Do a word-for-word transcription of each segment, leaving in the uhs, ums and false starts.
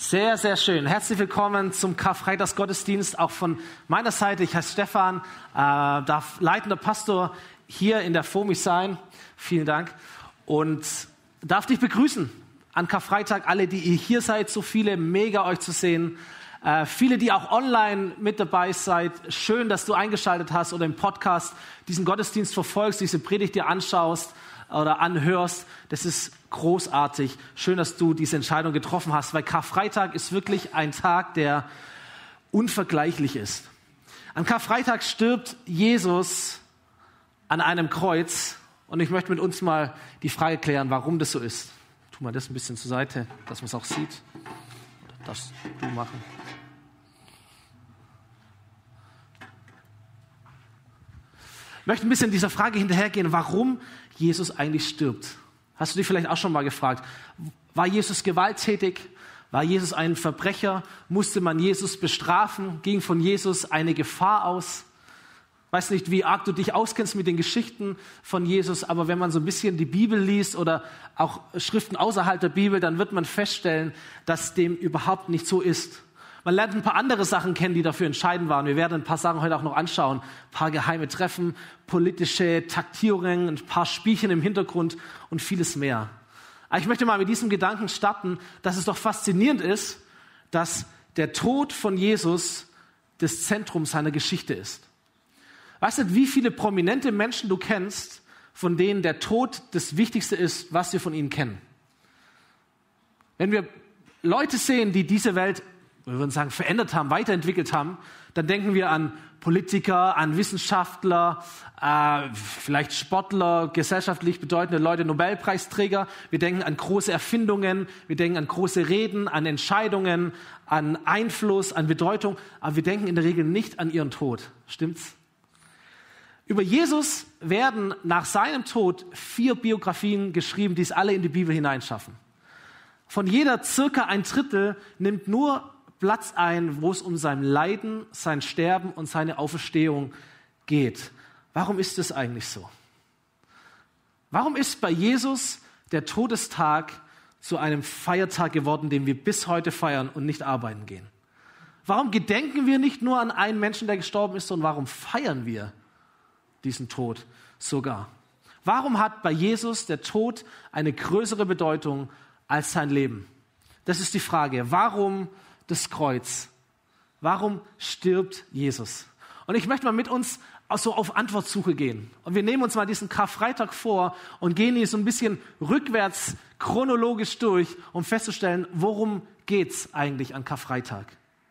Sehr, sehr schön. Herzlich willkommen zum Karfreitagsgottesdienst, auch von meiner Seite. Ich heiße Stefan, äh, darf leitender Pastor hier in der F O M I sein. Vielen Dank. Und darf dich begrüßen an Karfreitag, alle, die ihr hier seid, so viele, mega euch zu sehen. Äh, viele, die auch online mit dabei seid, schön, dass du eingeschaltet hast oder im Podcast diesen Gottesdienst verfolgst, diese Predigt dir anschaust oder anhörst. Das ist großartig. Schön, dass du diese Entscheidung getroffen hast, weil Karfreitag ist wirklich ein Tag, der unvergleichlich ist. An Karfreitag stirbt Jesus an einem Kreuz und ich möchte mit uns mal die Frage klären, warum das so ist. Tu mal das ein bisschen zur Seite, dass man es auch sieht. Oder darfst du machen. Ich möchte ein bisschen dieser Frage hinterhergehen, warum Jesus eigentlich stirbt. Hast du dich vielleicht auch schon mal gefragt, war Jesus gewalttätig? War Jesus ein Verbrecher? Musste man Jesus bestrafen? Ging von Jesus eine Gefahr aus? Weiß nicht, wie arg du dich auskennst mit den Geschichten von Jesus, aber wenn man so ein bisschen die Bibel liest oder auch Schriften außerhalb der Bibel, dann wird man feststellen, dass dem überhaupt nicht so ist. Man lernt ein paar andere Sachen kennen, die dafür entscheidend waren. Wir werden ein paar Sachen heute auch noch anschauen. Ein paar geheime Treffen, politische Taktierungen, ein paar Spielchen im Hintergrund und vieles mehr. Aber ich möchte mal mit diesem Gedanken starten, dass es doch faszinierend ist, dass der Tod von Jesus das Zentrum seiner Geschichte ist. Weißt du, wie viele prominente Menschen du kennst, von denen der Tod das Wichtigste ist, was wir von ihnen kennen? Wenn wir Leute sehen, die diese Welt, wir würden sagen, verändert haben, weiterentwickelt haben, dann denken wir an Politiker, an Wissenschaftler, äh, vielleicht Sportler, gesellschaftlich bedeutende Leute, Nobelpreisträger. Wir denken an große Erfindungen, wir denken an große Reden, an Entscheidungen, an Einfluss, an Bedeutung, aber wir denken in der Regel nicht an ihren Tod. Stimmt's? Über Jesus werden nach seinem Tod vier Biografien geschrieben, die es alle in die Bibel hineinschaffen. Von jeder circa ein Drittel nimmt nur Platz ein, wo es um sein Leiden, sein Sterben und seine Auferstehung geht. Warum ist das eigentlich so? Warum ist bei Jesus der Todestag zu einem Feiertag geworden, den wir bis heute feiern und nicht arbeiten gehen? Warum gedenken wir nicht nur an einen Menschen, der gestorben ist, sondern warum feiern wir diesen Tod sogar? Warum hat bei Jesus der Tod eine größere Bedeutung als sein Leben? Das ist die Frage. Warum das Kreuz? Warum stirbt Jesus? Und ich möchte mal mit uns so auf Antwortsuche gehen. Und wir nehmen uns mal diesen Karfreitag vor und gehen hier so ein bisschen rückwärts chronologisch durch, um festzustellen, worum geht's eigentlich an Karfreitag?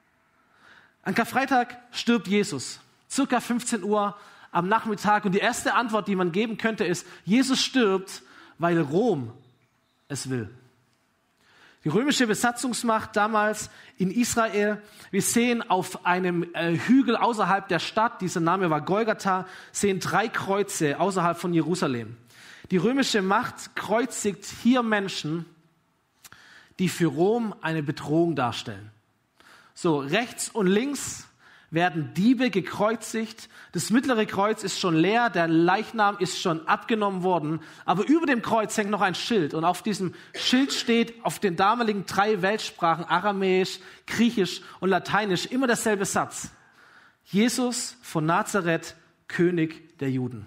An Karfreitag stirbt Jesus. Circa fünfzehn Uhr am Nachmittag. Und die erste Antwort, die man geben könnte, ist, Jesus stirbt, weil Rom es will. Die römische Besatzungsmacht damals in Israel, wir sehen auf einem äh, Hügel außerhalb der Stadt, dieser Name war Golgatha, sehen drei Kreuze außerhalb von Jerusalem. Die römische Macht kreuzigt hier Menschen, die für Rom eine Bedrohung darstellen. So, rechts und links werden Diebe gekreuzigt. Das mittlere Kreuz ist schon leer, der Leichnam ist schon abgenommen worden. Aber über dem Kreuz hängt noch ein Schild. Und auf diesem Schild steht auf den damaligen drei Weltsprachen, Aramäisch, Griechisch und Lateinisch, immer derselbe Satz. Jesus von Nazareth, König der Juden.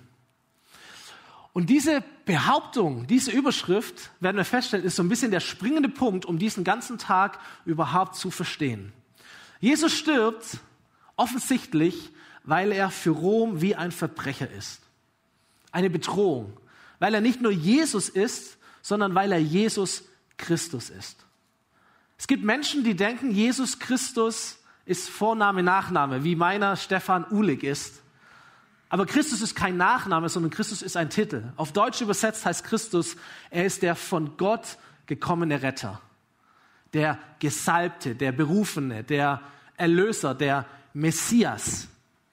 Und diese Behauptung, diese Überschrift, werden wir feststellen, ist so ein bisschen der springende Punkt, um diesen ganzen Tag überhaupt zu verstehen. Jesus stirbt offensichtlich, weil er für Rom wie ein Verbrecher ist. Eine Bedrohung. Weil er nicht nur Jesus ist, sondern weil er Jesus Christus ist. Es gibt Menschen, die denken, Jesus Christus ist Vorname, Nachname, wie meiner Stefan Uhlig ist. Aber Christus ist kein Nachname, sondern Christus ist ein Titel. Auf Deutsch übersetzt heißt Christus, er ist der von Gott gekommene Retter. Der Gesalbte, der Berufene, der Erlöser, der Messias.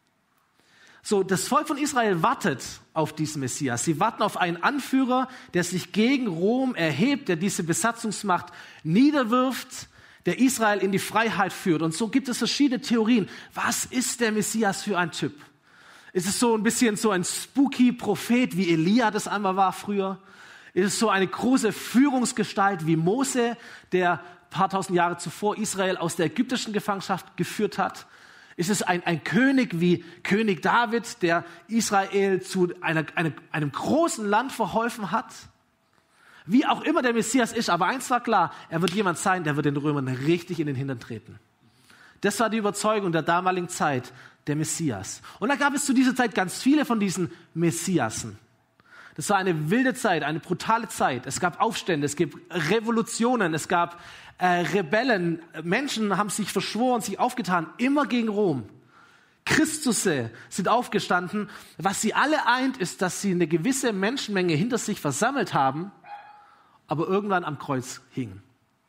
So, das Volk von Israel wartet auf diesen Messias. Sie warten auf einen Anführer, der sich gegen Rom erhebt, der diese Besatzungsmacht niederwirft, der Israel in die Freiheit führt. Und so gibt es verschiedene Theorien. Was ist der Messias für ein Typ? Ist es so ein bisschen so ein spooky Prophet, wie Elia das einmal war früher? Ist es so eine große Führungsgestalt wie Mose, der paar tausend Jahre zuvor Israel aus der ägyptischen Gefangenschaft geführt hat? Ist es ein, ein König wie König David, der Israel zu einer, einer, einem großen Land verholfen hat? Wie auch immer der Messias ist, aber eins war klar, er wird jemand sein, der wird den Römern richtig in den Hintern treten. Das war die Überzeugung der damaligen Zeit, der Messias. Und da gab es zu dieser Zeit ganz viele von diesen Messiasen. Das war eine wilde Zeit, eine brutale Zeit. Es gab Aufstände, es gab Revolutionen, es gab äh, Rebellen. Menschen haben sich verschworen, sich aufgetan, immer gegen Rom. Christusse sind aufgestanden. Was sie alle eint, ist, dass sie eine gewisse Menschenmenge hinter sich versammelt haben, aber irgendwann am Kreuz hingen.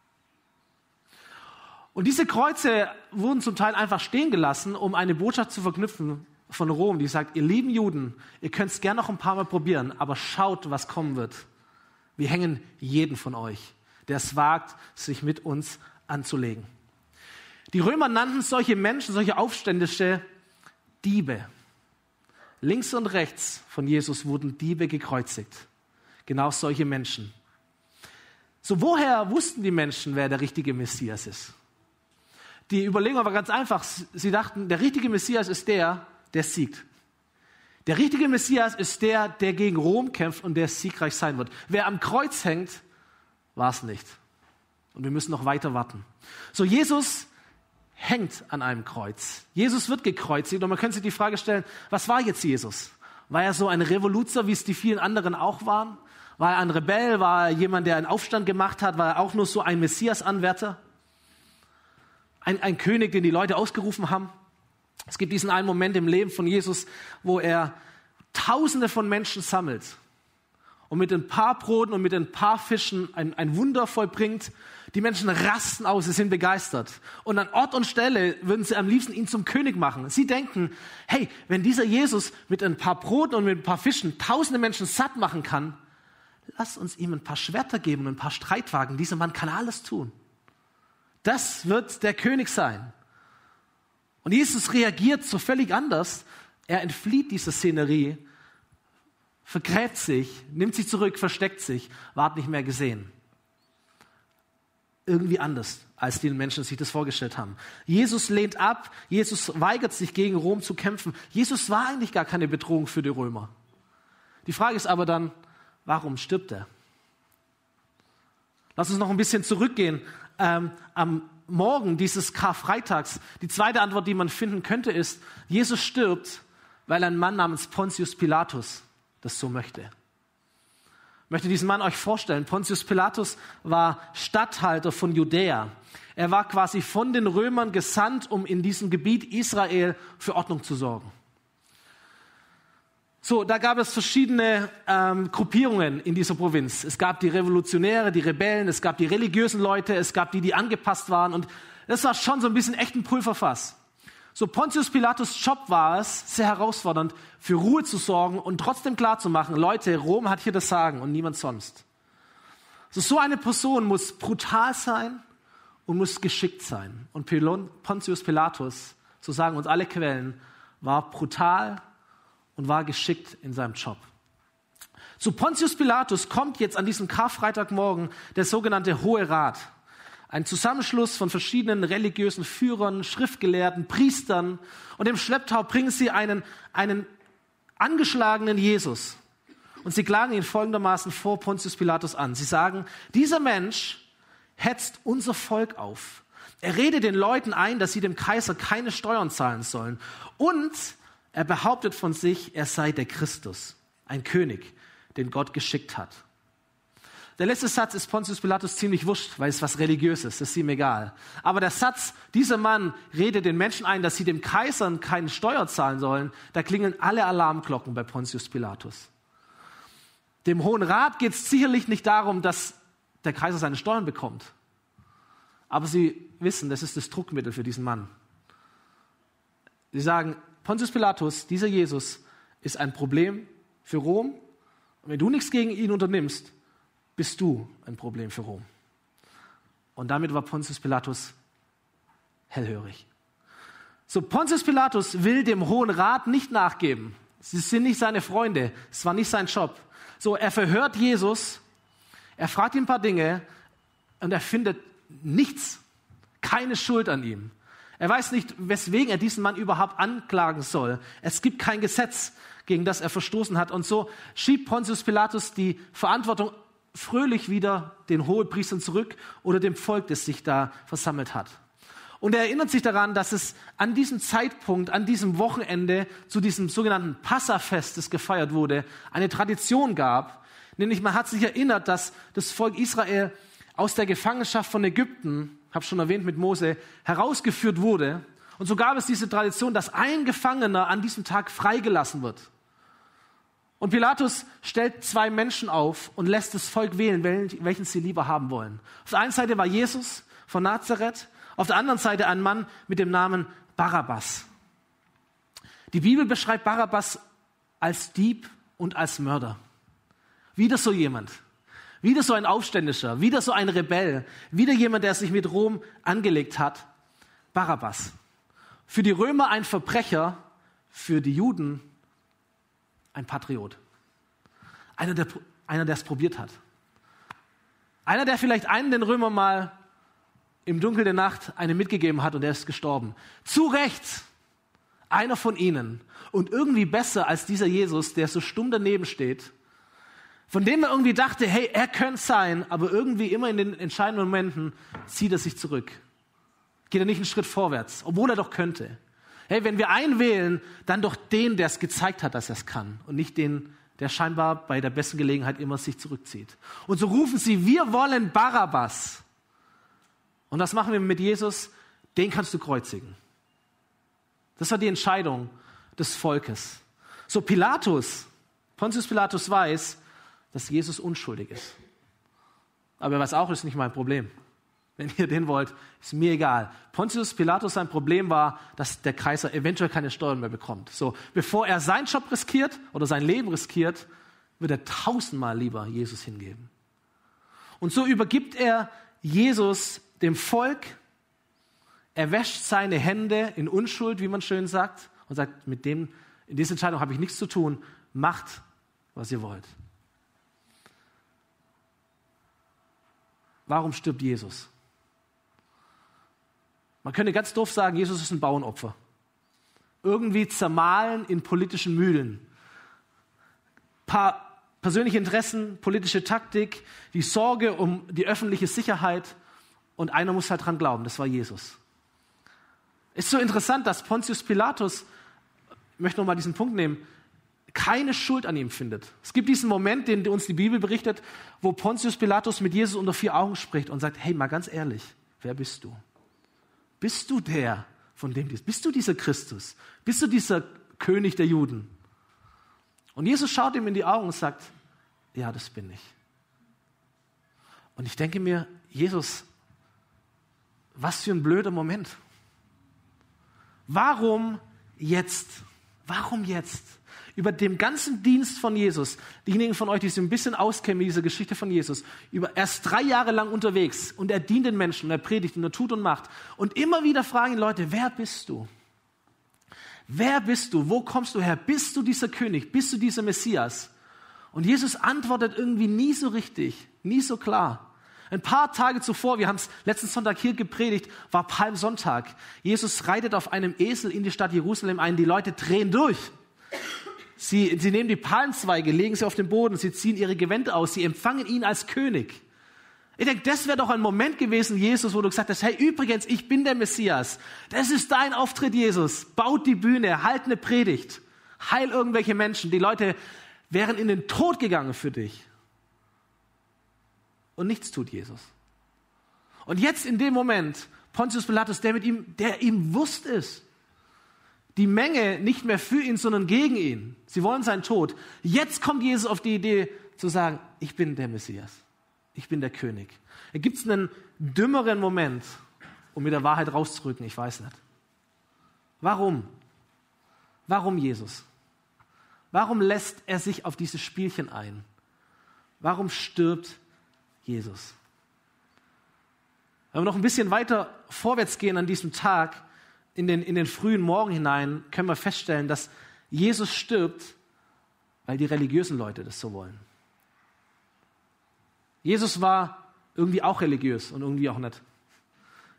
Und diese Kreuze wurden zum Teil einfach stehen gelassen, um eine Botschaft zu verknüpfen von Rom, die sagt, ihr lieben Juden, ihr könnt es gerne noch ein paar Mal probieren, aber schaut, was kommen wird. Wir hängen jeden von euch, der es wagt, sich mit uns anzulegen. Die Römer nannten solche Menschen, solche Aufständische, Diebe. Links und rechts von Jesus wurden Diebe gekreuzigt. Genau solche Menschen. So, woher wussten die Menschen, wer der richtige Messias ist? Die Überlegung war ganz einfach. Sie dachten, der richtige Messias ist der, der siegt. Der richtige Messias ist der, der gegen Rom kämpft und der siegreich sein wird. Wer am Kreuz hängt, war es nicht. Und wir müssen noch weiter warten. So, Jesus hängt an einem Kreuz. Jesus wird gekreuzigt und man könnte sich die Frage stellen, was war jetzt Jesus? War er so ein Revoluzer, wie es die vielen anderen auch waren? War er ein Rebell? War er jemand, der einen Aufstand gemacht hat? War er auch nur so ein Messias-Anwärter? Ein, ein König, den die Leute ausgerufen haben? Es gibt diesen einen Moment im Leben von Jesus, wo er Tausende von Menschen sammelt und mit ein paar Broten und mit ein paar Fischen ein, ein Wunder vollbringt. Die Menschen rasten aus, sie sind begeistert. Und an Ort und Stelle würden sie am liebsten ihn zum König machen. Sie denken, hey, wenn dieser Jesus mit ein paar Broten und mit ein paar Fischen tausende Menschen satt machen kann, lass uns ihm ein paar Schwerter geben und ein paar Streitwagen. Dieser Mann kann alles tun. Das wird der König sein. Und Jesus reagiert so völlig anders. Er entflieht dieser Szenerie, vergräbt sich, nimmt sich zurück, versteckt sich, ward nicht mehr gesehen. Irgendwie anders, als die Menschen sich das vorgestellt haben. Jesus lehnt ab, Jesus weigert sich, gegen Rom zu kämpfen. Jesus war eigentlich gar keine Bedrohung für die Römer. Die Frage ist aber dann, warum stirbt er? Lass uns noch ein bisschen zurückgehen. Ähm, am Morgen dieses Karfreitags, die zweite Antwort, die man finden könnte, ist, Jesus stirbt, weil ein Mann namens Pontius Pilatus das so möchte. Ich möchte diesen Mann euch vorstellen. Pontius Pilatus war Statthalter von Judäa. Er war quasi von den Römern gesandt, um in diesem Gebiet Israel für Ordnung zu sorgen. So, da gab es verschiedene ähm, Gruppierungen in dieser Provinz. Es gab die Revolutionäre, die Rebellen, es gab die religiösen Leute, es gab die, die angepasst waren. Und das war schon so ein bisschen echt ein Pulverfass. So, Pontius Pilatus' Job war es, sehr herausfordernd, für Ruhe zu sorgen und trotzdem klarzumachen, Leute, Rom hat hier das Sagen und niemand sonst. So, so eine Person muss brutal sein und muss geschickt sein. Und Pontius Pilatus, so sagen uns alle Quellen, war brutal und war geschickt in seinem Job. Zu Pontius Pilatus kommt jetzt an diesem Karfreitagmorgen der sogenannte Hohe Rat. Ein Zusammenschluss von verschiedenen religiösen Führern, Schriftgelehrten, Priestern. Und im Schlepptau bringen sie einen, einen angeschlagenen Jesus. Und sie klagen ihn folgendermaßen vor Pontius Pilatus an. Sie sagen, dieser Mensch hetzt unser Volk auf. Er redet den Leuten ein, dass sie dem Kaiser keine Steuern zahlen sollen. Und er behauptet von sich, er sei der Christus, ein König, den Gott geschickt hat. Der letzte Satz ist Pontius Pilatus ziemlich wurscht, weil es was Religiöses, das ist ihm egal. Aber der Satz, dieser Mann redet den Menschen ein, dass sie dem Kaiser keine Steuer zahlen sollen, da klingeln alle Alarmglocken bei Pontius Pilatus. Dem Hohen Rat geht es sicherlich nicht darum, dass der Kaiser seine Steuern bekommt. Aber sie wissen, das ist das Druckmittel für diesen Mann. Sie sagen, Pontius Pilatus, dieser Jesus, ist ein Problem für Rom. Und wenn du nichts gegen ihn unternimmst, bist du ein Problem für Rom. Und damit war Pontius Pilatus hellhörig. So, Pontius Pilatus will dem Hohen Rat nicht nachgeben. Sie sind nicht seine Freunde. Es war nicht sein Job. So, er verhört Jesus. Er fragt ihn ein paar Dinge und er findet nichts, keine Schuld an ihm. Er weiß nicht, weswegen er diesen Mann überhaupt anklagen soll. Es gibt kein Gesetz, gegen das er verstoßen hat. Und so schiebt Pontius Pilatus die Verantwortung fröhlich wieder den Hohepriestern zurück oder dem Volk, das sich da versammelt hat. Und er erinnert sich daran, dass es an diesem Zeitpunkt, an diesem Wochenende zu diesem sogenannten Passafest, das gefeiert wurde, eine Tradition gab. Nämlich man hat sich erinnert, dass das Volk Israel aus der Gefangenschaft von Ägypten, habe schon erwähnt mit Mose, herausgeführt wurde. Und so gab es diese Tradition, dass ein Gefangener an diesem Tag freigelassen wird. Und Pilatus stellt zwei Menschen auf und lässt das Volk wählen, welchen sie lieber haben wollen. Auf der einen Seite war Jesus von Nazareth, auf der anderen Seite ein Mann mit dem Namen Barabbas. Die Bibel beschreibt Barabbas als Dieb und als Mörder. Wieder so jemand, wieder so ein Aufständischer, wieder so ein Rebell, wieder jemand, der sich mit Rom angelegt hat. Barabbas. Für die Römer ein Verbrecher, für die Juden ein Patriot. Einer, der, einer, der es probiert hat. Einer, der vielleicht einen den Römern mal im Dunkel der Nacht eine mitgegeben hat und er ist gestorben. Zu Recht, einer von ihnen. Und irgendwie besser als dieser Jesus, der so stumm daneben steht, von dem er irgendwie dachte, hey, er könnte es sein, aber irgendwie immer in den entscheidenden Momenten zieht er sich zurück. Geht er nicht einen Schritt vorwärts, obwohl er doch könnte. Hey, wenn wir einen wählen, dann doch den, der es gezeigt hat, dass er es kann und nicht den, der scheinbar bei der besten Gelegenheit immer sich zurückzieht. Und so rufen sie, wir wollen Barabbas. Und was machen wir mit Jesus? Den kannst du kreuzigen. Das war die Entscheidung des Volkes. So Pilatus, Pontius Pilatus weiß, dass Jesus unschuldig ist. Aber er weiß auch, das ist nicht mein Problem. Wenn ihr den wollt, ist mir egal. Pontius Pilatus, sein Problem war, dass der Kaiser eventuell keine Steuern mehr bekommt. So, bevor er seinen Job riskiert oder sein Leben riskiert, wird er tausendmal lieber Jesus hingeben. Und so übergibt er Jesus dem Volk. Er wäscht seine Hände in Unschuld, wie man schön sagt, und sagt, mit dem, in dieser Entscheidung habe ich nichts zu tun. Macht, was ihr wollt. Warum stirbt Jesus? Man könnte ganz doof sagen, Jesus ist ein Bauernopfer. Irgendwie zermahlen in politischen Mühlen. Ein paar persönliche Interessen, politische Taktik, die Sorge um die öffentliche Sicherheit und einer muss halt dran glauben, das war Jesus. Ist so interessant, dass Pontius Pilatus, ich möchte nochmal diesen Punkt nehmen, keine Schuld an ihm findet. Es gibt diesen Moment, den uns die Bibel berichtet, wo Pontius Pilatus mit Jesus unter vier Augen spricht und sagt, hey, mal ganz ehrlich, wer bist du? Bist du der, von dem du bist? Bist du dieser Christus? Bist du dieser König der Juden? Und Jesus schaut ihm in die Augen und sagt, ja, das bin ich. Und ich denke mir, Jesus, was für ein blöder Moment. Warum jetzt? Warum jetzt? Über dem ganzen Dienst von Jesus, diejenigen von euch, die sich ein bisschen auskennen mit dieser Geschichte von Jesus, über, er ist drei Jahre lang unterwegs und er dient den Menschen und er predigt und er tut und macht. Und immer wieder fragen die Leute, wer bist du? Wer bist du? Wo kommst du her? Bist du dieser König? Bist du dieser Messias? Und Jesus antwortet irgendwie nie so richtig, nie so klar. Ein paar Tage zuvor, wir haben es letzten Sonntag hier gepredigt, war Palmsonntag. Jesus reitet auf einem Esel in die Stadt Jerusalem ein, die Leute drehen durch. Sie, sie nehmen die Palmzweige, legen sie auf den Boden, sie ziehen ihre Gewänder aus, sie empfangen ihn als König. Ich denke, das wäre doch ein Moment gewesen, Jesus, wo du gesagt hast, hey, übrigens, ich bin der Messias. Das ist dein Auftritt, Jesus. Baut die Bühne, halt eine Predigt, heil irgendwelche Menschen. Die Leute wären in den Tod gegangen für dich. Und nichts tut Jesus. Und jetzt in dem Moment, Pontius Pilatus, der mit ihm, der ihm wusst ist, die Menge nicht mehr für ihn, sondern gegen ihn. Sie wollen seinen Tod. Jetzt kommt Jesus auf die Idee zu sagen, ich bin der Messias. Ich bin der König. Da gibt es einen dümmeren Moment, um mit der Wahrheit rauszurücken. Ich weiß nicht. Warum? Warum Jesus? Warum lässt er sich auf dieses Spielchen ein? Warum stirbt Jesus? Wenn wir noch ein bisschen weiter vorwärts gehen an diesem Tag, In den, in den frühen Morgen hinein, können wir feststellen, dass Jesus stirbt, weil die religiösen Leute das so wollen. Jesus war irgendwie auch religiös und irgendwie auch nicht.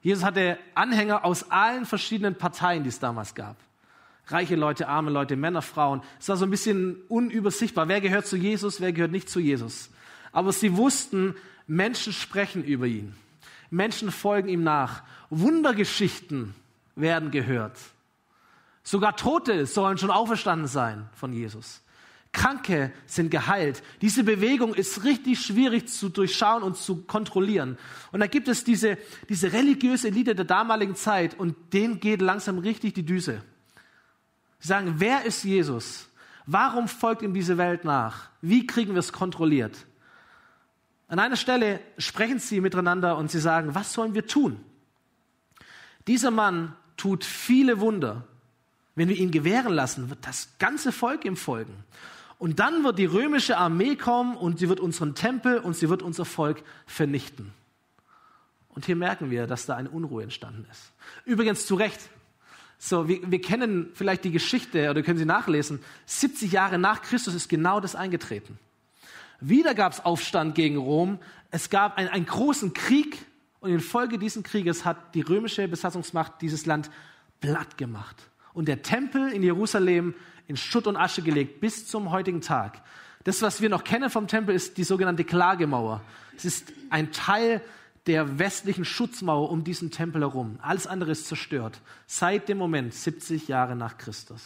Jesus hatte Anhänger aus allen verschiedenen Parteien, die es damals gab. Reiche Leute, arme Leute, Männer, Frauen. Es war so ein bisschen unübersichtbar. Wer gehört zu Jesus, wer gehört nicht zu Jesus? Aber sie wussten, Menschen sprechen über ihn. Menschen folgen ihm nach. Wundergeschichten werden gehört. Sogar Tote sollen schon auferstanden sein von Jesus. Kranke sind geheilt. Diese Bewegung ist richtig schwierig zu durchschauen und zu kontrollieren. Und da gibt es diese, diese religiöse Elite der damaligen Zeit und denen geht langsam richtig die Düse. Sie sagen, wer ist Jesus? Warum folgt ihm diese Welt nach? Wie kriegen wir es kontrolliert? An einer Stelle sprechen sie miteinander und sie sagen, was sollen wir tun? Dieser Mann tut viele Wunder. Wenn wir ihn gewähren lassen, wird das ganze Volk ihm folgen. Und dann wird die römische Armee kommen und sie wird unseren Tempel und sie wird unser Volk vernichten. Und hier merken wir, dass da eine Unruhe entstanden ist. Übrigens zu Recht. So, wir, wir kennen vielleicht die Geschichte oder können sie nachlesen. siebzig Jahre nach Christus ist genau das eingetreten. Wieder gab es Aufstand gegen Rom. Es gab ein, einen großen Krieg und infolge dieses Krieges hat die römische Besatzungsmacht dieses Land platt gemacht. Und der Tempel in Jerusalem in Schutt und Asche gelegt bis zum heutigen Tag. Das, was wir noch kennen vom Tempel, ist die sogenannte Klagemauer. Es ist ein Teil der westlichen Schutzmauer um diesen Tempel herum. Alles andere ist zerstört. Seit dem Moment, siebzig Jahre nach Christus.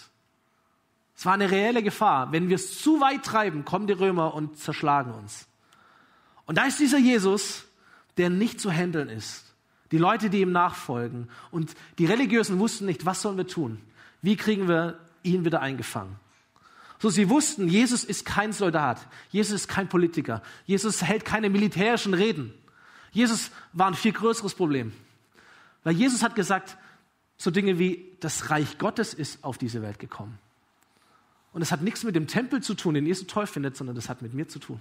Es war eine reelle Gefahr. Wenn wir es zu weit treiben, kommen die Römer und zerschlagen uns. Und da ist dieser Jesus, der nicht zu handeln ist. Die Leute, die ihm nachfolgen. Und die Religiösen wussten nicht, was sollen wir tun? Wie kriegen wir ihn wieder eingefangen? So, sie wussten, Jesus ist kein Soldat. Jesus ist kein Politiker. Jesus hält keine militärischen Reden. Jesus war ein viel größeres Problem. Weil Jesus hat gesagt, so Dinge wie, das Reich Gottes ist auf diese Welt gekommen. Und es hat nichts mit dem Tempel zu tun, den ihr so toll findet, sondern das hat mit mir zu tun.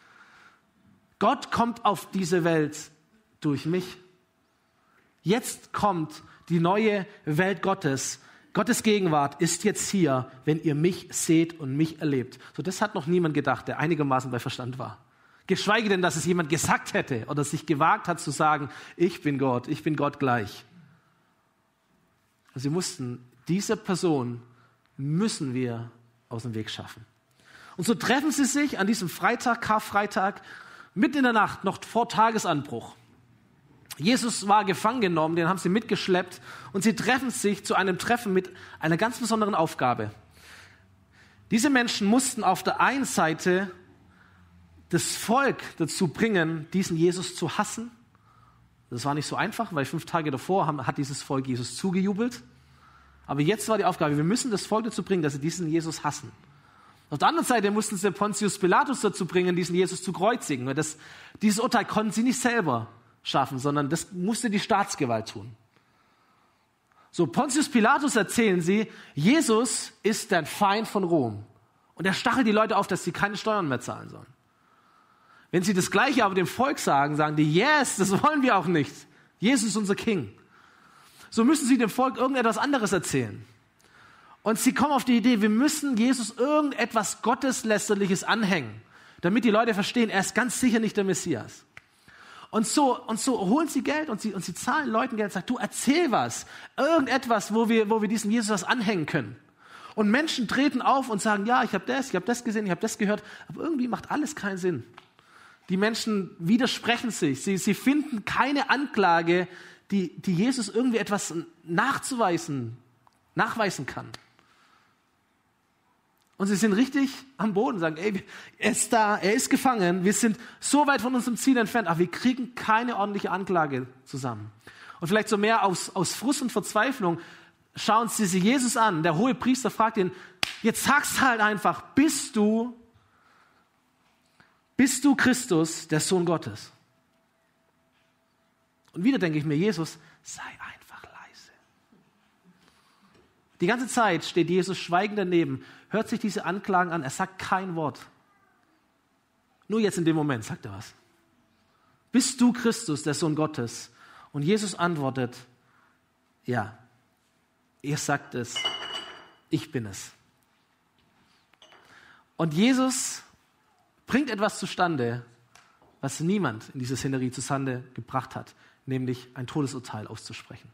Gott kommt auf diese Welt durch mich. Jetzt kommt die neue Welt Gottes. Gottes Gegenwart ist jetzt hier, wenn ihr mich seht und mich erlebt. So, das hat noch niemand gedacht, der einigermaßen bei Verstand war. Geschweige denn, dass es jemand gesagt hätte oder sich gewagt hat zu sagen, ich bin Gott, ich bin Gott gleich. Und sie mussten, diese Person müssen wir aus dem Weg schaffen. Und so treffen sie sich an diesem Freitag, Karfreitag, mitten in der Nacht, noch vor Tagesanbruch. Jesus war gefangen genommen, den haben sie mitgeschleppt und sie treffen sich zu einem Treffen mit einer ganz besonderen Aufgabe. Diese Menschen mussten auf der einen Seite das Volk dazu bringen, diesen Jesus zu hassen. Das war nicht so einfach, weil fünf Tage davor haben, hat dieses Volk Jesus zugejubelt. Aber jetzt war die Aufgabe, wir müssen das Volk dazu bringen, dass sie diesen Jesus hassen. Auf der anderen Seite mussten sie Pontius Pilatus dazu bringen, diesen Jesus zu kreuzigen. Weil das, dieses Urteil konnten sie nicht selber schaffen, sondern das musste die Staatsgewalt tun. So, Pontius Pilatus erzählen sie, Jesus ist der Feind von Rom. Und er stachelt die Leute auf, dass sie keine Steuern mehr zahlen sollen. Wenn sie das Gleiche aber dem Volk sagen, sagen die, yes, das wollen wir auch nicht. Jesus ist unser King. So müssen sie dem Volk irgendetwas anderes erzählen. Und sie kommen auf die Idee, wir müssen Jesus irgendetwas Gotteslästerliches anhängen, damit die Leute verstehen, er ist ganz sicher nicht der Messias. Und so, und so holen sie Geld und sie, und sie zahlen Leuten Geld und sagen, du erzähl was, irgendetwas, wo wir, wo wir diesem Jesus was anhängen können. Und Menschen treten auf und sagen, ja, ich habe das, ich habe das gesehen, ich habe das gehört, aber irgendwie macht alles keinen Sinn. Die Menschen widersprechen sich, sie, sie finden keine Anklage, die, die Jesus irgendwie etwas nachzuweisen, nachweisen kann. Und sie sind richtig am Boden, sagen, ey, er ist da, er ist gefangen, wir sind so weit von unserem Ziel entfernt, aber wir kriegen keine ordentliche Anklage zusammen. Und vielleicht so mehr aus, aus Frust und Verzweiflung schauen sie sich Jesus an. Der hohe Priester fragt ihn, jetzt sag's halt einfach, bist du, bist du Christus, der Sohn Gottes? Und wieder denke ich mir, Jesus, sei einfach leise. Die ganze Zeit steht Jesus schweigend daneben, hört sich diese Anklagen an, er sagt kein Wort. Nur jetzt in dem Moment sagt er was. Bist du Christus, der Sohn Gottes? Und Jesus antwortet, ja, ihr sagt es, ich bin es. Und Jesus bringt etwas zustande, was niemand in dieser Szenerie zustande gebracht hat. nämlich ein Todesurteil auszusprechen.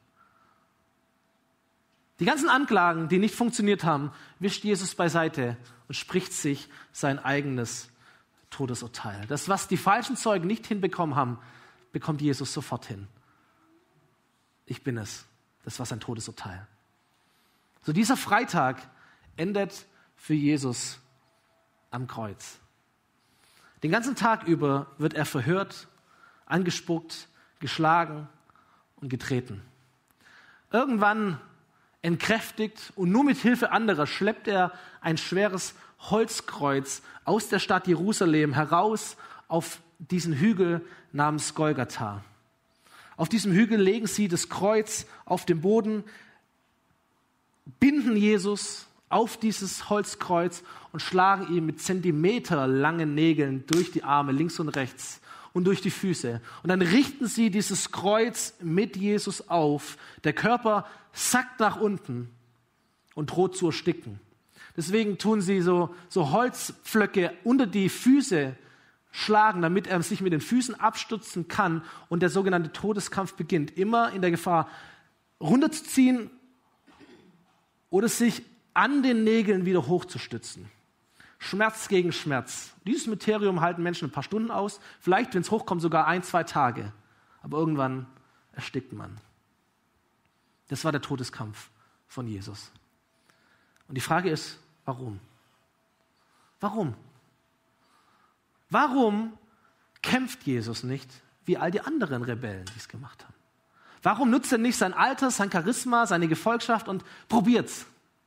Die ganzen Anklagen, die nicht funktioniert haben, wischt Jesus beiseite und spricht sich sein eigenes Todesurteil. Das, was die falschen Zeugen nicht hinbekommen haben, bekommt Jesus sofort hin. Ich bin es. Das war sein Todesurteil. So dieser Freitag endet für Jesus am Kreuz. Den ganzen Tag über wird er verhört, angespuckt, geschlagen und getreten. Irgendwann entkräftigt und nur mit Hilfe anderer schleppt er ein schweres Holzkreuz aus der Stadt Jerusalem heraus auf diesen Hügel namens Golgatha. Auf diesem Hügel legen sie das Kreuz auf den Boden, binden Jesus auf dieses Holzkreuz und schlagen ihn mit zentimeterlangen Nägeln durch die Arme links und rechts und durch die Füße. Und dann richten sie dieses Kreuz mit Jesus auf. Der Körper sackt nach unten und droht zu ersticken. Deswegen tun sie so, so Holzpflöcke unter die Füße schlagen, damit er sich mit den Füßen abstützen kann und der sogenannte Todeskampf beginnt. Immer in der Gefahr, runterzuziehen oder sich an den Nägeln wieder hochzustützen. Schmerz gegen Schmerz. Dieses Mysterium halten Menschen ein paar Stunden aus, vielleicht, wenn es hochkommt, sogar ein, zwei Tage. Aber irgendwann erstickt man. Das war der Todeskampf von Jesus. Und die Frage ist, warum? Warum? Warum kämpft Jesus nicht wie all die anderen Rebellen, die es gemacht haben? Warum nutzt er nicht sein Alter, sein Charisma, seine Gefolgschaft und probiert's?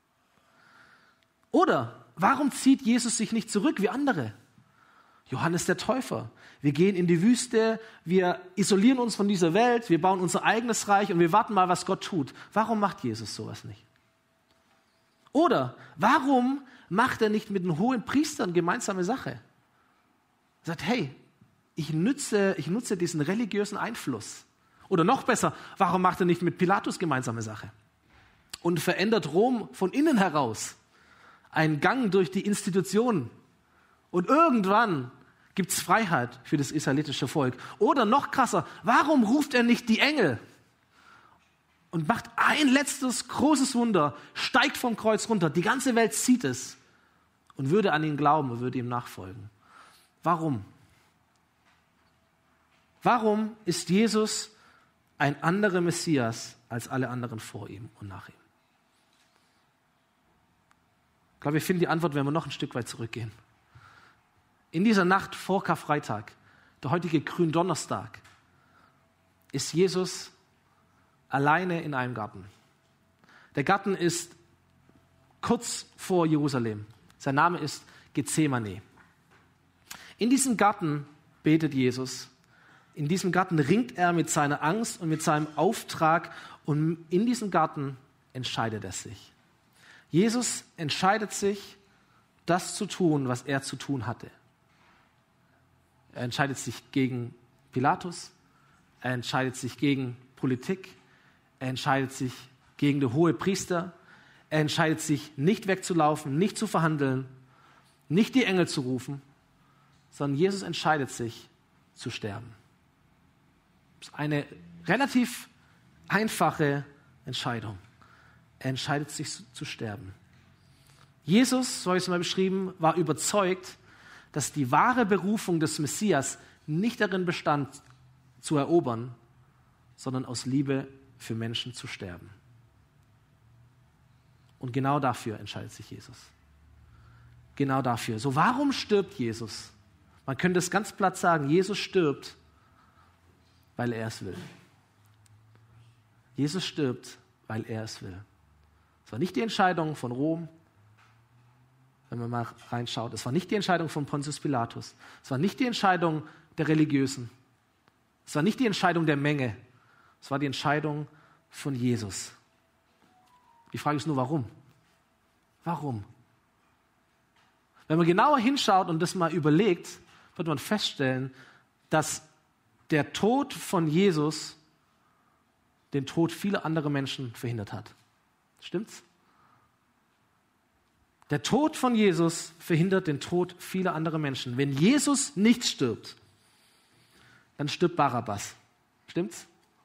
Oder warum zieht Jesus sich nicht zurück wie andere? Johannes der Täufer. Wir gehen in die Wüste, wir isolieren uns von dieser Welt, wir bauen unser eigenes Reich und wir warten mal, was Gott tut. Warum macht Jesus sowas nicht? Oder warum macht er nicht mit den hohen Priestern gemeinsame Sache? Er sagt, hey, ich nutze, ich nutze diesen religiösen Einfluss. Oder noch besser, warum macht er nicht mit Pilatus gemeinsame Sache? Und verändert Rom von innen heraus. Ein Gang durch die Institutionen. Und irgendwann gibt es Freiheit für das israelitische Volk. Oder noch krasser, warum ruft er nicht die Engel? Und macht ein letztes großes Wunder, steigt vom Kreuz runter, die ganze Welt sieht es und würde an ihn glauben und würde ihm nachfolgen. Warum? Warum ist Jesus ein anderer Messias als alle anderen vor ihm und nach ihm? Ich glaube, wir finden die Antwort, wenn wir noch ein Stück weit zurückgehen. In dieser Nacht vor Karfreitag, der heutige Gründonnerstag, ist Jesus alleine in einem Garten. Der Garten ist kurz vor Jerusalem. Sein Name ist Gethsemane. In diesem Garten betet Jesus. In diesem Garten ringt er mit seiner Angst und mit seinem Auftrag und in diesem Garten entscheidet er sich. Jesus entscheidet sich, das zu tun, was er zu tun hatte. Er entscheidet sich gegen Pilatus, er entscheidet sich gegen Politik, er entscheidet sich gegen den Hohepriester, er entscheidet sich, nicht wegzulaufen, nicht zu verhandeln, nicht die Engel zu rufen, sondern Jesus entscheidet sich, zu sterben. Das ist eine relativ einfache Entscheidung. Er entscheidet sich zu sterben. Jesus, so habe ich es mal beschrieben, war überzeugt, dass die wahre Berufung des Messias nicht darin bestand, zu erobern, sondern aus Liebe für Menschen zu sterben. Und genau dafür entscheidet sich Jesus. Genau dafür. So, warum stirbt Jesus? Man könnte es ganz platt sagen, Jesus stirbt, weil er es will. Jesus stirbt, weil er es will. Es war nicht die Entscheidung von Rom, wenn man mal reinschaut. Es war nicht die Entscheidung von Pontius Pilatus. Es war nicht die Entscheidung der Religiösen. Es war nicht die Entscheidung der Menge. Es war die Entscheidung von Jesus. Die Frage ist nur, warum? Warum? Wenn man genauer hinschaut und das mal überlegt, wird man feststellen, dass der Tod von Jesus den Tod vieler anderer Menschen verhindert hat. Stimmt's? Der Tod von Jesus verhindert den Tod vieler anderer Menschen. Wenn Jesus nicht stirbt, dann stirbt Barabbas. Stimmt's?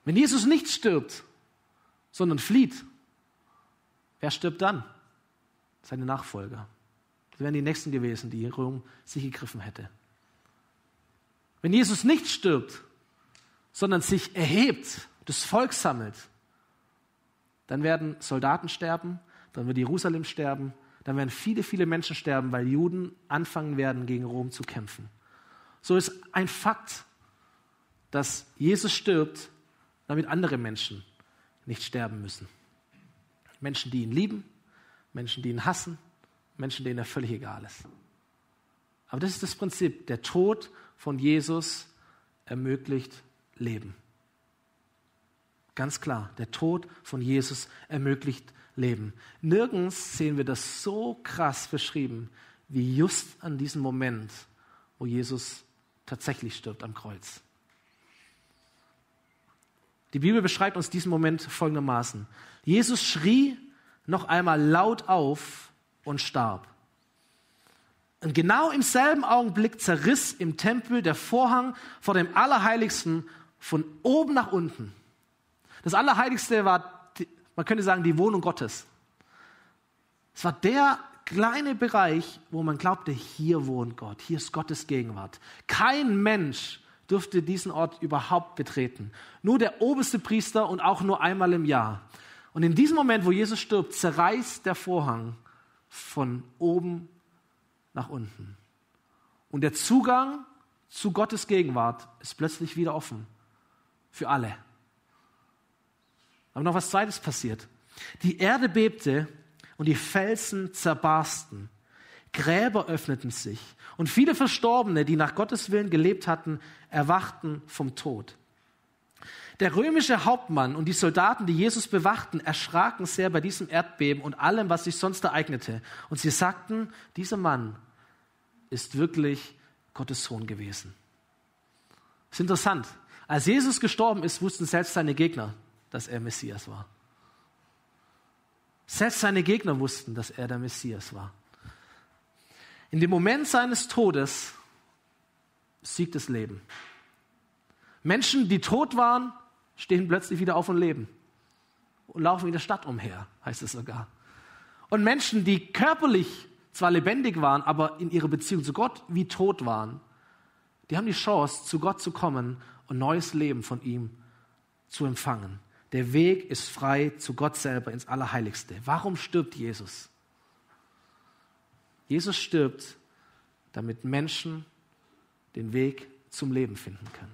Wenn Jesus nicht stirbt, sondern flieht, wer stirbt dann? Seine Nachfolger. Das wären die Nächsten gewesen, die Rom sich gegriffen hätte. Wenn Jesus nicht stirbt, sondern sich erhebt, das Volk sammelt, dann werden Soldaten sterben, dann wird Jerusalem sterben, dann werden viele, viele Menschen sterben, weil Juden anfangen werden, gegen Rom zu kämpfen. So ist ein Fakt, dass Jesus stirbt, damit andere Menschen nicht sterben müssen. Menschen, die ihn lieben, Menschen, die ihn hassen, Menschen, denen er völlig egal ist. Aber das ist das Prinzip. Der Tod von Jesus ermöglicht Leben. Ganz klar, der Tod von Jesus ermöglicht Leben. Nirgends sehen wir das so krass beschrieben, wie just an diesem Moment, wo Jesus tatsächlich stirbt am Kreuz. Die Bibel beschreibt uns diesen Moment folgendermaßen. Jesus schrie noch einmal laut auf und starb. Und genau im selben Augenblick zerriss im Tempel der Vorhang vor dem Allerheiligsten von oben nach unten. Das Allerheiligste war, man könnte sagen, die Wohnung Gottes. Es war der kleine Bereich, wo man glaubte, hier wohnt Gott, hier ist Gottes Gegenwart. Kein Mensch durfte diesen Ort überhaupt betreten. Nur der oberste Priester und auch nur einmal im Jahr. Und in diesem Moment, wo Jesus stirbt, zerreißt der Vorhang von oben nach unten. Und der Zugang zu Gottes Gegenwart ist plötzlich wieder offen. Für alle. Aber noch was Zweites passiert. Die Erde bebte und die Felsen zerbarsten. Gräber öffneten sich. Und viele Verstorbene, die nach Gottes Willen gelebt hatten, erwachten vom Tod. Der römische Hauptmann und die Soldaten, die Jesus bewachten, erschraken sehr bei diesem Erdbeben und allem, was sich sonst ereignete. Und sie sagten, dieser Mann ist wirklich Gottes Sohn gewesen. Das ist interessant. Als Jesus gestorben ist, wussten selbst seine Gegner, dass er Messias war. Selbst seine Gegner wussten, dass er der Messias war. In dem Moment seines Todes siegt das Leben. Menschen, die tot waren, stehen plötzlich wieder auf und leben. Und laufen in der Stadt umher, heißt es sogar. Und Menschen, die körperlich zwar lebendig waren, aber in ihrer Beziehung zu Gott wie tot waren, die haben die Chance, zu Gott zu kommen und neues Leben von ihm zu empfangen. Der Weg ist frei zu Gott selber ins Allerheiligste. Warum stirbt Jesus? Jesus stirbt, damit Menschen den Weg zum Leben finden können.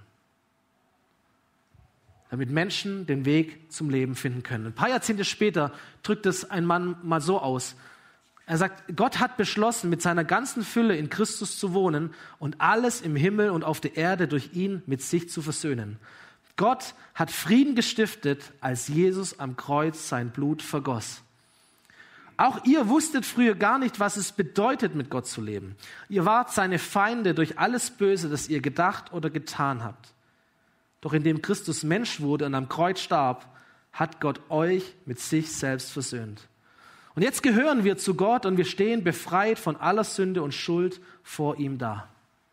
Damit Menschen den Weg zum Leben finden können. Ein paar Jahrzehnte später drückt es ein Mann mal so aus. Er sagt, Gott hat beschlossen, mit seiner ganzen Fülle in Christus zu wohnen und alles im Himmel und auf der Erde durch ihn mit sich zu versöhnen. Gott hat Frieden gestiftet, als Jesus am Kreuz sein Blut vergoss. Auch ihr wusstet früher gar nicht, was es bedeutet, mit Gott zu leben. Ihr wart seine Feinde durch alles Böse, das ihr gedacht oder getan habt. Doch indem Christus Mensch wurde und am Kreuz starb, hat Gott euch mit sich selbst versöhnt. Und jetzt gehören wir zu Gott und wir stehen befreit von aller Sünde und Schuld vor ihm da.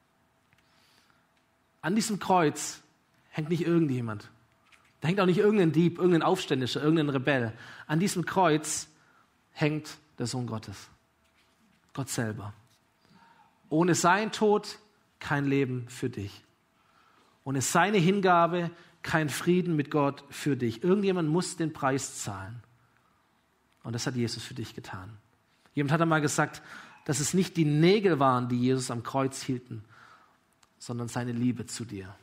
An diesem Kreuz hängt nicht irgendjemand. Da hängt auch nicht irgendein Dieb, irgendein Aufständischer, irgendein Rebell. An diesem Kreuz hängt der Sohn Gottes. Gott selber. Ohne sein Tod kein Leben für dich. Ohne seine Hingabe kein Frieden mit Gott für dich. Irgendjemand muss den Preis zahlen. Und das hat Jesus für dich getan. Jemand hat einmal gesagt, dass es nicht die Nägel waren, die Jesus am Kreuz hielten, sondern seine Liebe zu dir.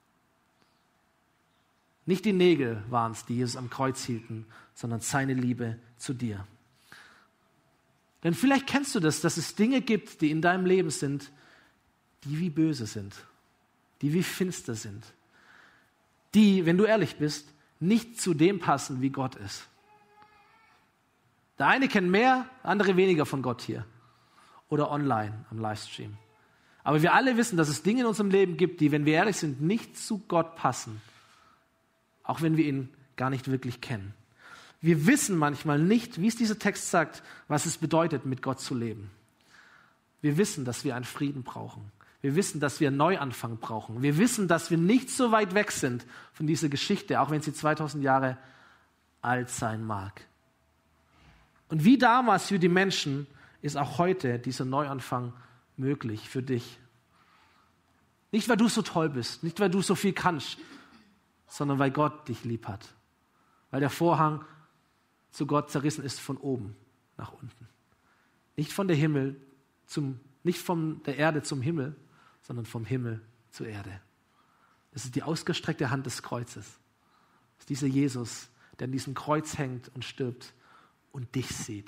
Nicht die Nägel waren es, die Jesus am Kreuz hielten, sondern seine Liebe zu dir. Denn vielleicht kennst du das, dass es Dinge gibt, die in deinem Leben sind, die wie böse sind, die wie finster sind, die, wenn du ehrlich bist, nicht zu dem passen, wie Gott ist. Der eine kennt mehr, der andere weniger von Gott hier oder online am Livestream. Aber wir alle wissen, dass es Dinge in unserem Leben gibt, die, wenn wir ehrlich sind, nicht zu Gott passen, auch wenn wir ihn gar nicht wirklich kennen. Wir wissen manchmal nicht, wie es dieser Text sagt, was es bedeutet, mit Gott zu leben. Wir wissen, dass wir einen Frieden brauchen. Wir wissen, dass wir einen Neuanfang brauchen. Wir wissen, dass wir nicht so weit weg sind von dieser Geschichte, auch wenn sie zweitausend Jahre alt sein mag. Und wie damals für die Menschen ist auch heute dieser Neuanfang möglich für dich. Nicht, weil du so toll bist, nicht, weil du so viel kannst, sondern weil Gott dich lieb hat. Weil der Vorhang zu Gott zerrissen ist von oben nach unten. Nicht von der Himmel zum, nicht von der Erde zum Himmel, sondern vom Himmel zur Erde. Das ist die ausgestreckte Hand des Kreuzes. Das ist dieser Jesus, der an diesem Kreuz hängt und stirbt und dich sieht.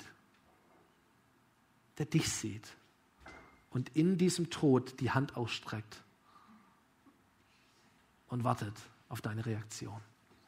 Der dich sieht und in diesem Tod die Hand ausstreckt und wartet auf deine Reaktion.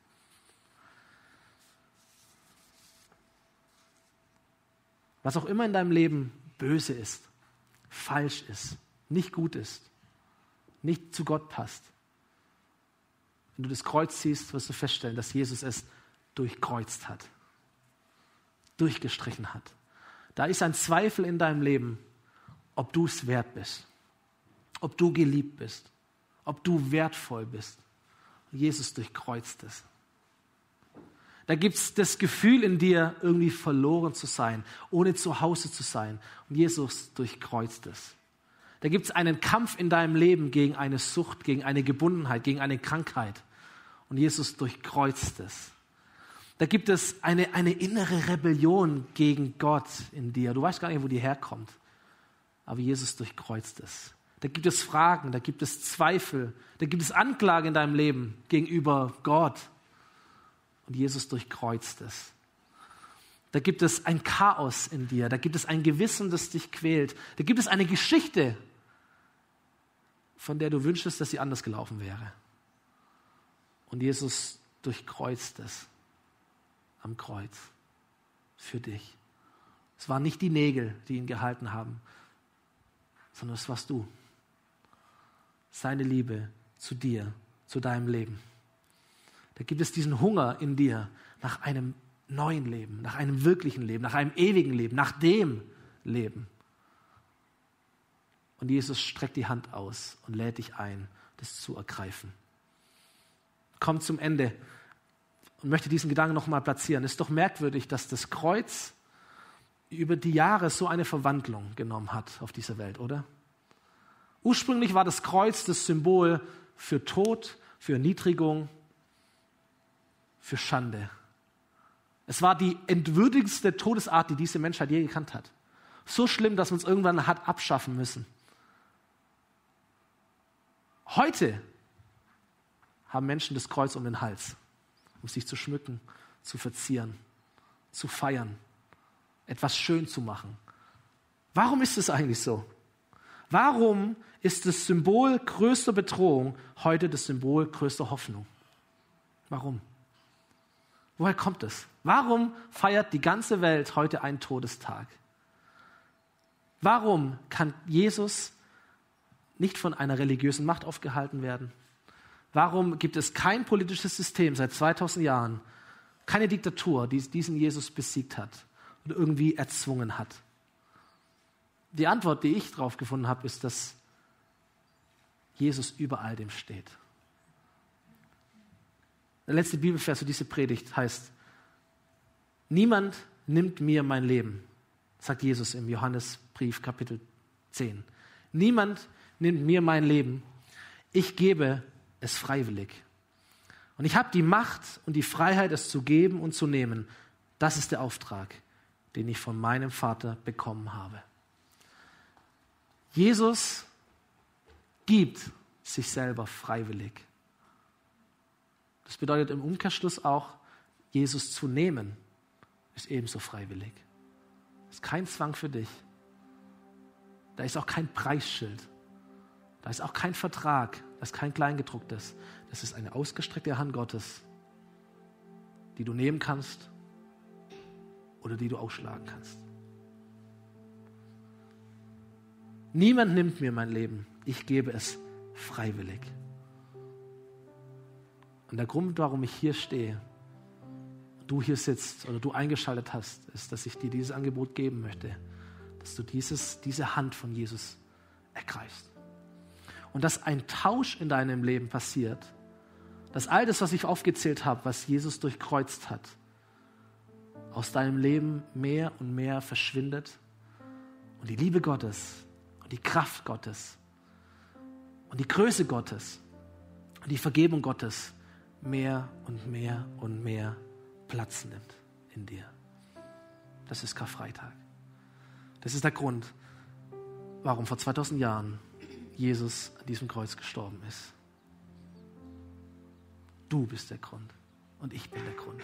Was auch immer in deinem Leben böse ist, falsch ist, nicht gut ist, nicht zu Gott passt. Wenn du das Kreuz siehst, wirst du feststellen, dass Jesus es durchkreuzt hat, durchgestrichen hat. Da ist ein Zweifel in deinem Leben, ob du es wert bist, ob du geliebt bist, ob du wertvoll bist. Und Jesus durchkreuzt es. Da gibt es das Gefühl in dir, irgendwie verloren zu sein, ohne zu Hause zu sein. Und Jesus durchkreuzt es. Da gibt es einen Kampf in deinem Leben gegen eine Sucht, gegen eine Gebundenheit, gegen eine Krankheit. Und Jesus durchkreuzt es. Da gibt es eine, eine innere Rebellion gegen Gott in dir. Du weißt gar nicht, wo die herkommt. Aber Jesus durchkreuzt es. Da gibt es Fragen, da gibt es Zweifel, da gibt es Anklage in deinem Leben gegenüber Gott. Und Jesus durchkreuzt es. Da gibt es ein Chaos in dir, da gibt es ein Gewissen, das dich quält. Da gibt es eine Geschichte, von der du wünschst, dass sie anders gelaufen wäre. Und Jesus durchkreuzt es am Kreuz für dich. Es waren nicht die Nägel, die ihn gehalten haben, sondern es warst du. Seine Liebe zu dir, zu deinem Leben. Da gibt es diesen Hunger in dir nach einem neuen Leben, nach einem wirklichen Leben, nach einem ewigen Leben, nach dem Leben. Und Jesus streckt die Hand aus und lädt dich ein, das zu ergreifen. Kommt zum Ende und möchte diesen Gedanken nochmal platzieren. Es ist doch merkwürdig, dass das Kreuz über die Jahre so eine Verwandlung genommen hat auf dieser Welt, oder? Ursprünglich war das Kreuz das Symbol für Tod, für Erniedrigung, für Schande. Es war die entwürdigendste Todesart, die diese Menschheit je gekannt hat. So schlimm, dass man es irgendwann hat abschaffen müssen. Heute haben Menschen das Kreuz um den Hals, um sich zu schmücken, zu verzieren, zu feiern, etwas schön zu machen. Warum ist es eigentlich so? Warum ist das Symbol größter Bedrohung heute das Symbol größter Hoffnung? Warum? Woher kommt es? Warum feiert die ganze Welt heute einen Todestag? Warum kann Jesus nicht von einer religiösen Macht aufgehalten werden? Warum gibt es kein politisches System seit zweitausend Jahren, keine Diktatur, die diesen Jesus besiegt hat und irgendwie erzwungen hat? Die Antwort, die ich darauf gefunden habe, ist, dass Jesus über all dem steht. Der letzte Bibelvers für diese Predigt heißt: Niemand nimmt mir mein Leben, sagt Jesus im Johannesbrief Kapitel zehn. Niemand nimmt mir mein Leben, ich gebe es freiwillig. Und ich habe die Macht und die Freiheit, es zu geben und zu nehmen. Das ist der Auftrag, den ich von meinem Vater bekommen habe. Jesus gibt sich selber freiwillig. Das bedeutet im Umkehrschluss auch, Jesus zu nehmen, ist ebenso freiwillig. Das ist kein Zwang für dich. Da ist auch kein Preisschild. Da ist auch kein Vertrag. Das ist kein Kleingedrucktes. Das ist eine ausgestreckte Hand Gottes, die du nehmen kannst oder die du ausschlagen kannst. Niemand nimmt mir mein Leben. Ich gebe es freiwillig. Und der Grund, warum ich hier stehe, du hier sitzt oder du eingeschaltet hast, ist, dass ich dir dieses Angebot geben möchte, dass du dieses, diese Hand von Jesus ergreifst. und dass ein Tausch in deinem Leben passiert, dass all das, was ich aufgezählt habe, was Jesus durchkreuzt hat, aus deinem Leben mehr und mehr verschwindet und die Liebe Gottes und die Kraft Gottes und die Größe Gottes und die Vergebung Gottes mehr und mehr und mehr Platz nimmt in dir. Das ist Karfreitag. Das ist der Grund, warum vor zweitausend Jahren Jesus an diesem Kreuz gestorben ist. Du bist der Grund und ich bin der Grund.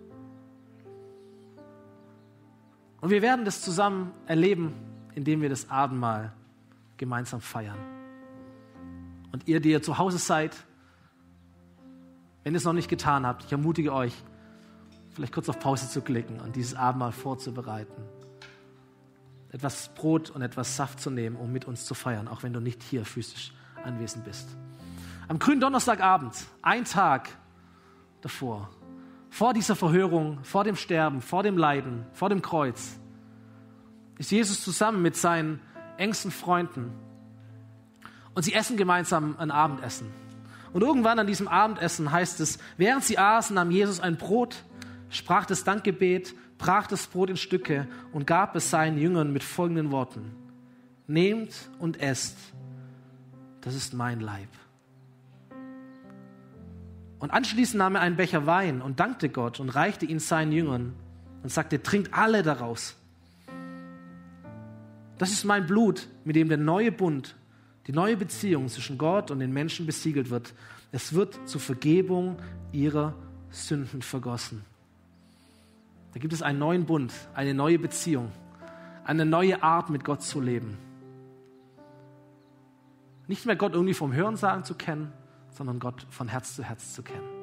Und wir werden das zusammen erleben, indem wir das Abendmahl gemeinsam feiern. Und ihr, die ihr zu Hause seid, wenn ihr es noch nicht getan habt, ich ermutige euch, vielleicht kurz auf Pause zu klicken und dieses Abendmahl vorzubereiten. Etwas Brot und etwas Saft zu nehmen, um mit uns zu feiern, auch wenn du nicht hier physisch anwesend bist. Am grünen Donnerstagabend, ein Tag davor, vor dieser Verhörung, vor dem Sterben, vor dem Leiden, vor dem Kreuz, ist Jesus zusammen mit seinen engsten Freunden und sie essen gemeinsam ein Abendessen. Und irgendwann an diesem Abendessen heißt es, während sie aßen, nahm Jesus ein Brot, sprach das Dankgebet, brach das Brot in Stücke und gab es seinen Jüngern mit folgenden Worten: Nehmt und esst, das ist mein Leib. Und anschließend nahm er einen Becher Wein und dankte Gott und reichte ihn seinen Jüngern und sagte, trinkt alle daraus. Das ist mein Blut, mit dem der neue Bund, die neue Beziehung zwischen Gott und den Menschen besiegelt wird. Es wird zur Vergebung ihrer Sünden vergossen. Da gibt es einen neuen Bund, eine neue Beziehung, eine neue Art, mit Gott zu leben. Nicht mehr Gott irgendwie vom Hörensagen zu kennen, sondern Gott von Herz zu Herz zu kennen.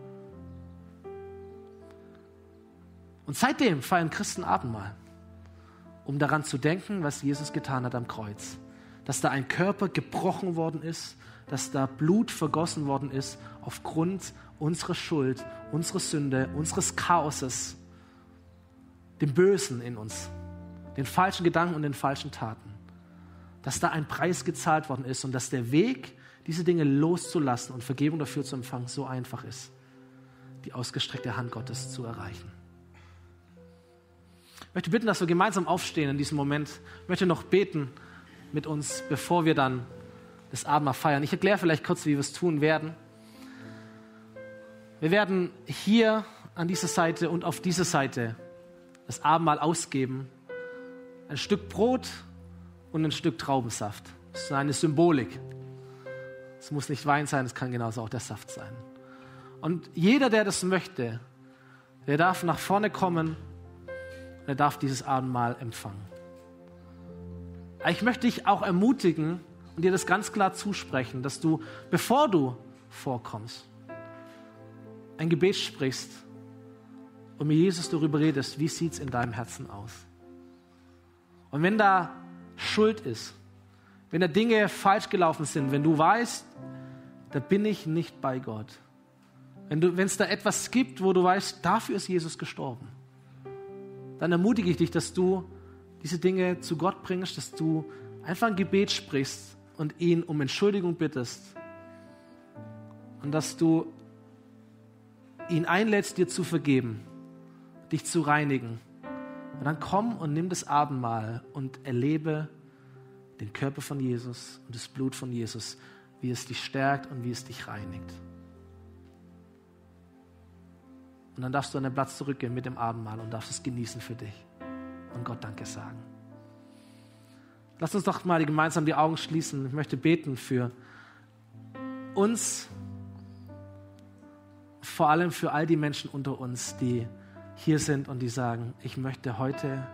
Und seitdem feiern Christen Abendmahl, um daran zu denken, was Jesus getan hat am Kreuz. Dass da ein Körper gebrochen worden ist, dass da Blut vergossen worden ist aufgrund unserer Schuld, unserer Sünde, unseres Chaoses, dem Bösen in uns, den falschen Gedanken und den falschen Taten. Dass da ein Preis gezahlt worden ist und dass der Weg, diese Dinge loszulassen und Vergebung dafür zu empfangen, so einfach ist, die ausgestreckte Hand Gottes zu erreichen. Ich möchte bitten, dass wir gemeinsam aufstehen in diesem Moment. Ich möchte noch beten mit uns, bevor wir dann das Abendmahl feiern. Ich erkläre vielleicht kurz, wie wir es tun werden. Wir werden hier an dieser Seite und auf dieser Seite das Abendmahl ausgeben. Ein Stück Brot und ein Stück Traubensaft. Das ist eine Symbolik. Es muss nicht Wein sein, es kann genauso auch der Saft sein. Und jeder, der das möchte, der darf nach vorne kommen und er darf dieses Abendmahl empfangen. Ich möchte dich auch ermutigen und dir das ganz klar zusprechen, dass du, bevor du vorkommst, ein Gebet sprichst und mit Jesus darüber redest, wie sieht es in deinem Herzen aus. Und wenn da Schuld ist, wenn da Dinge falsch gelaufen sind, wenn du weißt, da bin ich nicht bei Gott, wenn du, wenn es da etwas gibt, wo du weißt, dafür ist Jesus gestorben, dann ermutige ich dich, dass du diese Dinge zu Gott bringst, dass du einfach ein Gebet sprichst und ihn um Entschuldigung bittest und dass du ihn einlädst, dir zu vergeben, dich zu reinigen. Und dann komm und nimm das Abendmahl und erlebe den Körper von Jesus und das Blut von Jesus, wie es dich stärkt und wie es dich reinigt. Und dann darfst du an den Platz zurückgehen mit dem Abendmahl und darfst es genießen für dich und Gott Danke sagen. Lass uns doch mal gemeinsam die Augen schließen. Ich möchte beten für uns, vor allem für all die Menschen unter uns, die hier sind und die sagen, ich möchte heute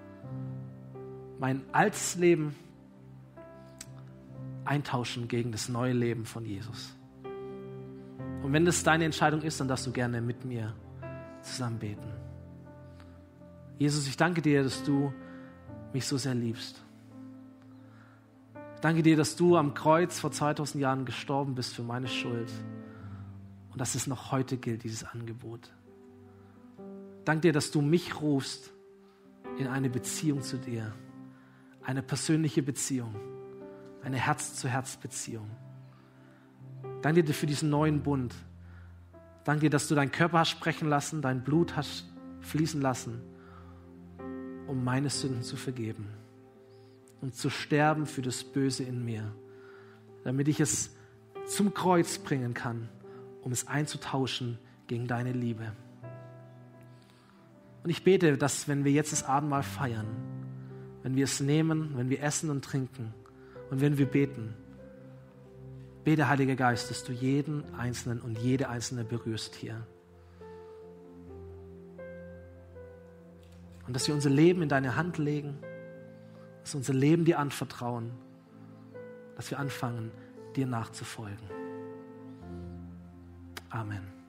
mein altes Leben eintauschen gegen das neue Leben von Jesus. Und wenn das deine Entscheidung ist, dann darfst du gerne mit mir zusammen beten. Jesus, ich danke dir, dass du mich so sehr liebst. Ich danke dir, dass du am Kreuz vor zweitausend Jahren gestorben bist für meine Schuld und dass es noch heute gilt, dieses Angebot. Ich danke dir, dass du mich rufst in eine Beziehung zu dir, eine persönliche Beziehung, eine Herz-zu-Herz-Beziehung. Danke dir für diesen neuen Bund. Danke dir, dass du deinen Körper hast sprechen lassen, dein Blut hast fließen lassen, um meine Sünden zu vergeben und zu sterben für das Böse in mir, damit ich es zum Kreuz bringen kann, um es einzutauschen gegen deine Liebe. Und ich bete, dass wenn wir jetzt das Abendmahl feiern, wenn wir es nehmen, wenn wir essen und trinken und wenn wir beten, bete, Heiliger Geist, dass du jeden Einzelnen und jede Einzelne berührst hier. Und dass wir unser Leben in deine Hand legen, dass wir unser Leben dir anvertrauen, dass wir anfangen, dir nachzufolgen. Amen.